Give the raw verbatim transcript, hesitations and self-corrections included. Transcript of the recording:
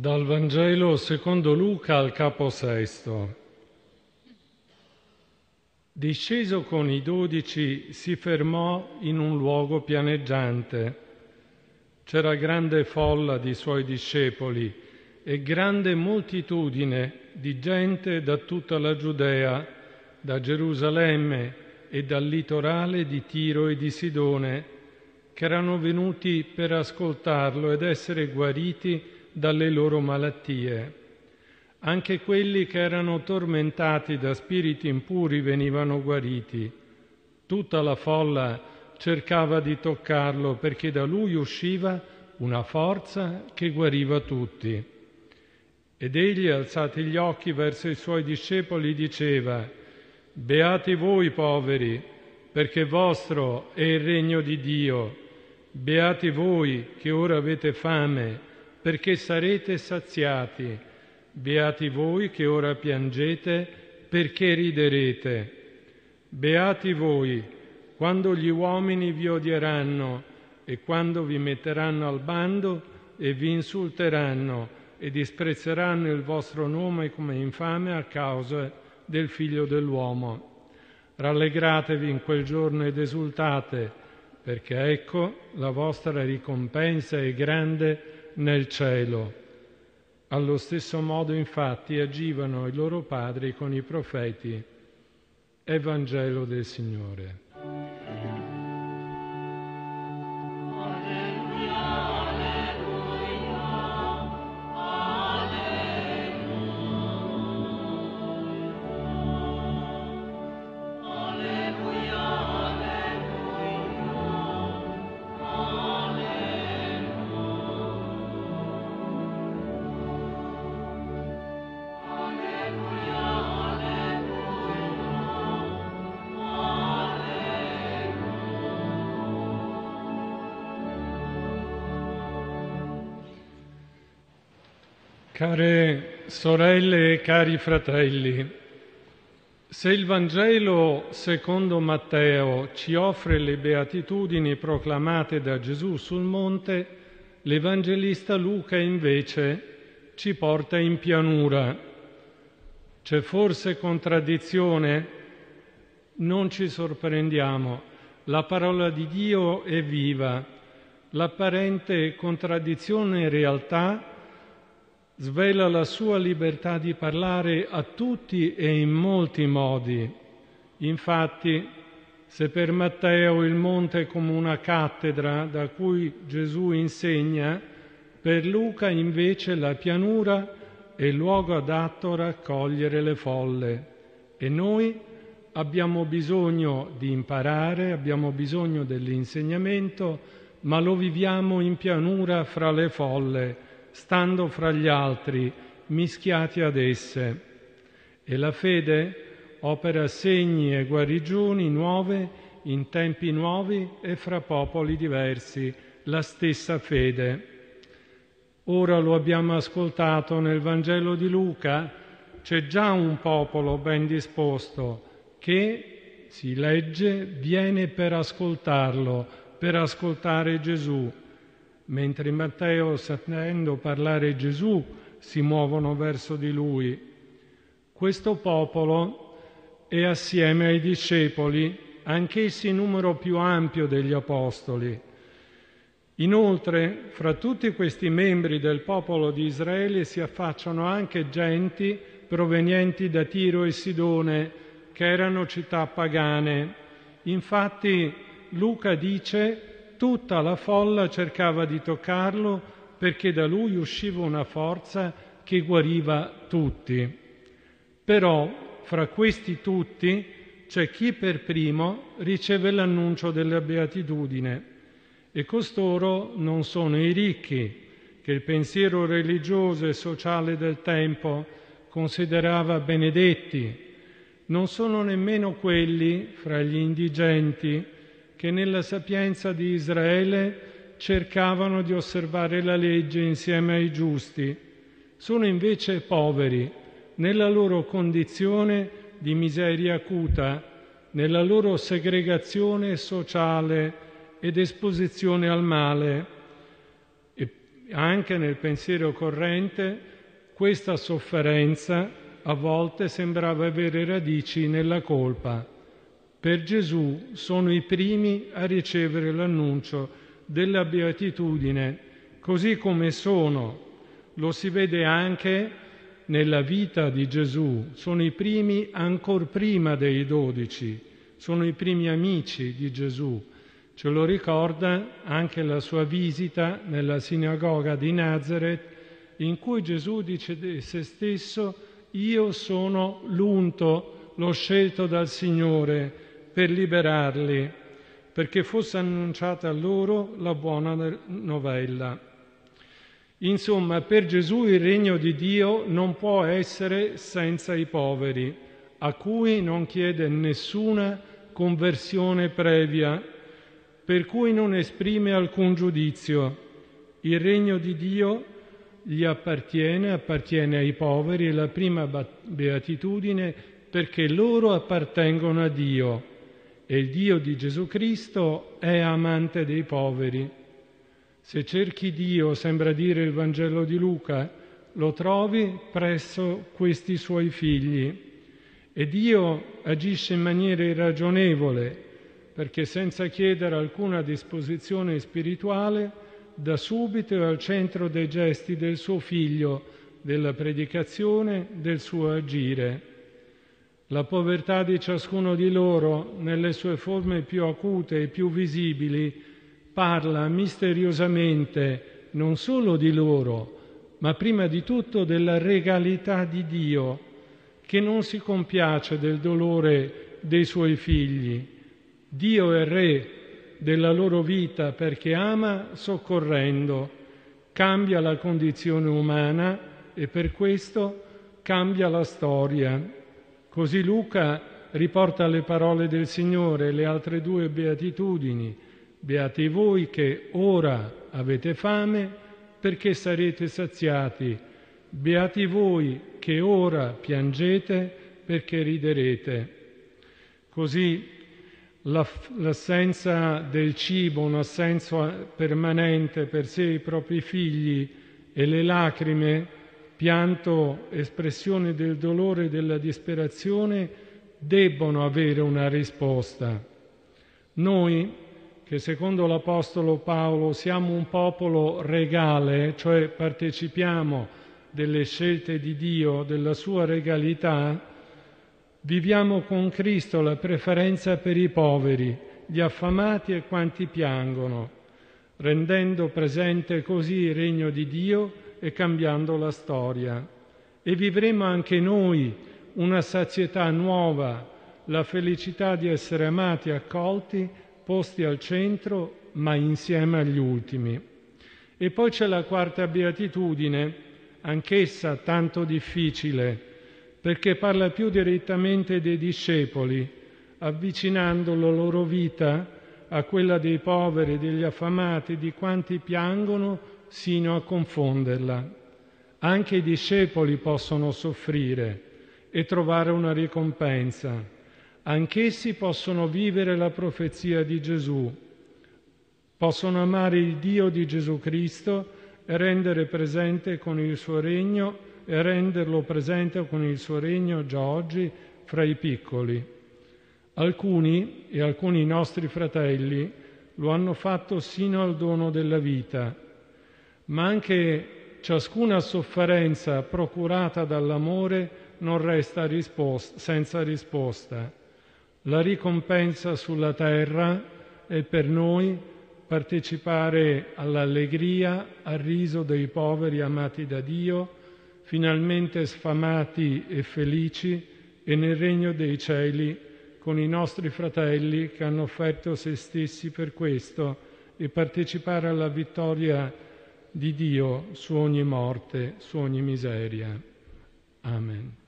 Dal Vangelo secondo Luca al capo sesto. Disceso con i dodici, si fermò in un luogo pianeggiante. C'era grande folla di suoi discepoli e grande moltitudine di gente da tutta la Giudea, da Gerusalemme e dal litorale di Tiro e di Sidone, che erano venuti per ascoltarlo ed essere guariti dalle loro malattie. Anche quelli che erano tormentati da spiriti impuri venivano guariti. Tutta la folla cercava di toccarlo perché da lui usciva una forza che guariva tutti. Ed egli, alzati gli occhi verso i suoi discepoli, diceva: «Beati voi poveri, perché vostro è il regno di Dio. Beati voi che ora avete fame, perché sarete saziati. Beati voi che ora piangete, perché riderete. Beati voi quando gli uomini vi odieranno e quando vi metteranno al bando e vi insulteranno e disprezzeranno il vostro nome come infame a causa del Figlio dell'uomo. Rallegratevi in quel giorno ed esultate, perché ecco la vostra ricompensa è grande nel cielo. Allo stesso modo, infatti, agivano i loro padri con i profeti». Evangelo del Signore. Care sorelle e cari fratelli, se il Vangelo secondo Matteo ci offre le beatitudini proclamate da Gesù sul monte, l'Evangelista Luca invece ci porta in pianura. C'è forse contraddizione? Non ci sorprendiamo. La parola di Dio è viva. L'apparente contraddizione in realtà svela la sua libertà di parlare a tutti e in molti modi. Infatti, se per Matteo il monte è come una cattedra da cui Gesù insegna, per Luca invece la pianura è il luogo adatto a raccogliere le folle. E noi abbiamo bisogno di imparare, abbiamo bisogno dell'insegnamento, ma lo viviamo in pianura fra le folle, stando fra gli altri, mischiati ad esse. E la fede opera segni e guarigioni nuove in tempi nuovi e fra popoli diversi, la stessa fede. Ora lo abbiamo ascoltato nel Vangelo di Luca, c'è già un popolo ben disposto che, si legge, viene per ascoltarlo, per ascoltare Gesù, mentre Matteo, sentendo parlare Gesù, si muovono verso di lui. Questo popolo è assieme ai discepoli, anch'essi in numero più ampio degli apostoli. Inoltre, fra tutti questi membri del popolo di Israele si affacciano anche genti provenienti da Tiro e Sidone, che erano città pagane. Infatti, Luca dice: tutta la folla cercava di toccarlo perché da lui usciva una forza che guariva tutti. Però fra questi tutti c'è chi per primo riceve l'annuncio della beatitudine, e costoro non sono i ricchi, che il pensiero religioso e sociale del tempo considerava benedetti, non sono nemmeno quelli fra gli indigenti che nella sapienza di Israele cercavano di osservare la legge insieme ai giusti. Sono invece poveri nella loro condizione di miseria acuta, nella loro segregazione sociale ed esposizione al male. E Anche nel pensiero corrente questa sofferenza a volte sembrava avere radici nella colpa. Per Gesù sono i primi a ricevere l'annuncio della beatitudine, così come sono. Lo si vede anche nella vita di Gesù. Sono i primi ancor prima dei dodici, sono i primi amici di Gesù. Ce lo ricorda anche la sua visita nella sinagoga di Nazareth, in cui Gesù dice di se stesso: io sono l'unto, l'ho scelto dal Signore per liberarli, perché fosse annunciata a loro la buona novella. Insomma, per Gesù il regno di Dio non può essere senza i poveri, a cui non chiede nessuna conversione previa, per cui non esprime alcun giudizio. Il regno di Dio gli appartiene, appartiene ai poveri, è la prima beatitudine perché loro appartengono a Dio e il Dio di Gesù Cristo è amante dei poveri. Se cerchi Dio, sembra dire il Vangelo di Luca, lo trovi presso questi suoi figli. E Dio agisce in maniera irragionevole, perché senza chiedere alcuna disposizione spirituale, da subito è al centro dei gesti del suo Figlio, della predicazione, del suo agire. La povertà di ciascuno di loro, nelle sue forme più acute e più visibili, parla misteriosamente non solo di loro, ma prima di tutto della regalità di Dio, che non si compiace del dolore dei suoi figli. Dio è Re della loro vita perché ama soccorrendo, cambia la condizione umana e per questo cambia la storia. Così Luca riporta le parole del Signore, le altre due beatitudini: beati voi che ora avete fame, perché sarete saziati. Beati voi che ora piangete, perché riderete. Così l'assenza del cibo, un'assenza permanente per sé e i propri figli, e le lacrime, pianto, espressione del dolore e della disperazione, debbono avere una risposta. Noi, che secondo l'Apostolo Paolo siamo un popolo regale, cioè partecipiamo delle scelte di Dio, della sua regalità, viviamo con Cristo la preferenza per i poveri, gli affamati e quanti piangono, rendendo presente così il regno di Dio e cambiando la storia. E vivremo anche noi una sazietà nuova, la felicità di essere amati e accolti, posti al centro, ma insieme agli ultimi. E poi c'è la quarta beatitudine, anch'essa tanto difficile, perché parla più direttamente dei discepoli, avvicinando la loro vita a quella dei poveri, degli affamati, di quanti piangono, sino a confonderla. Anche i discepoli possono soffrire e trovare una ricompensa. Anch'essi possono vivere la profezia di Gesù, possono amare il Dio di Gesù Cristo e rendere presente con il suo regno e renderlo presente con il suo regno già oggi fra i piccoli. Alcuni e alcuni nostri fratelli lo hanno fatto sino al dono della vita, ma anche ciascuna sofferenza procurata dall'amore non resta risposta, senza risposta. La ricompensa sulla terra è per noi partecipare all'allegria, al riso dei poveri amati da Dio, finalmente sfamati e felici, e nel regno dei cieli con i nostri fratelli che hanno offerto se stessi per questo, e partecipare alla vittoria di Dio su ogni morte, su ogni miseria. Amen.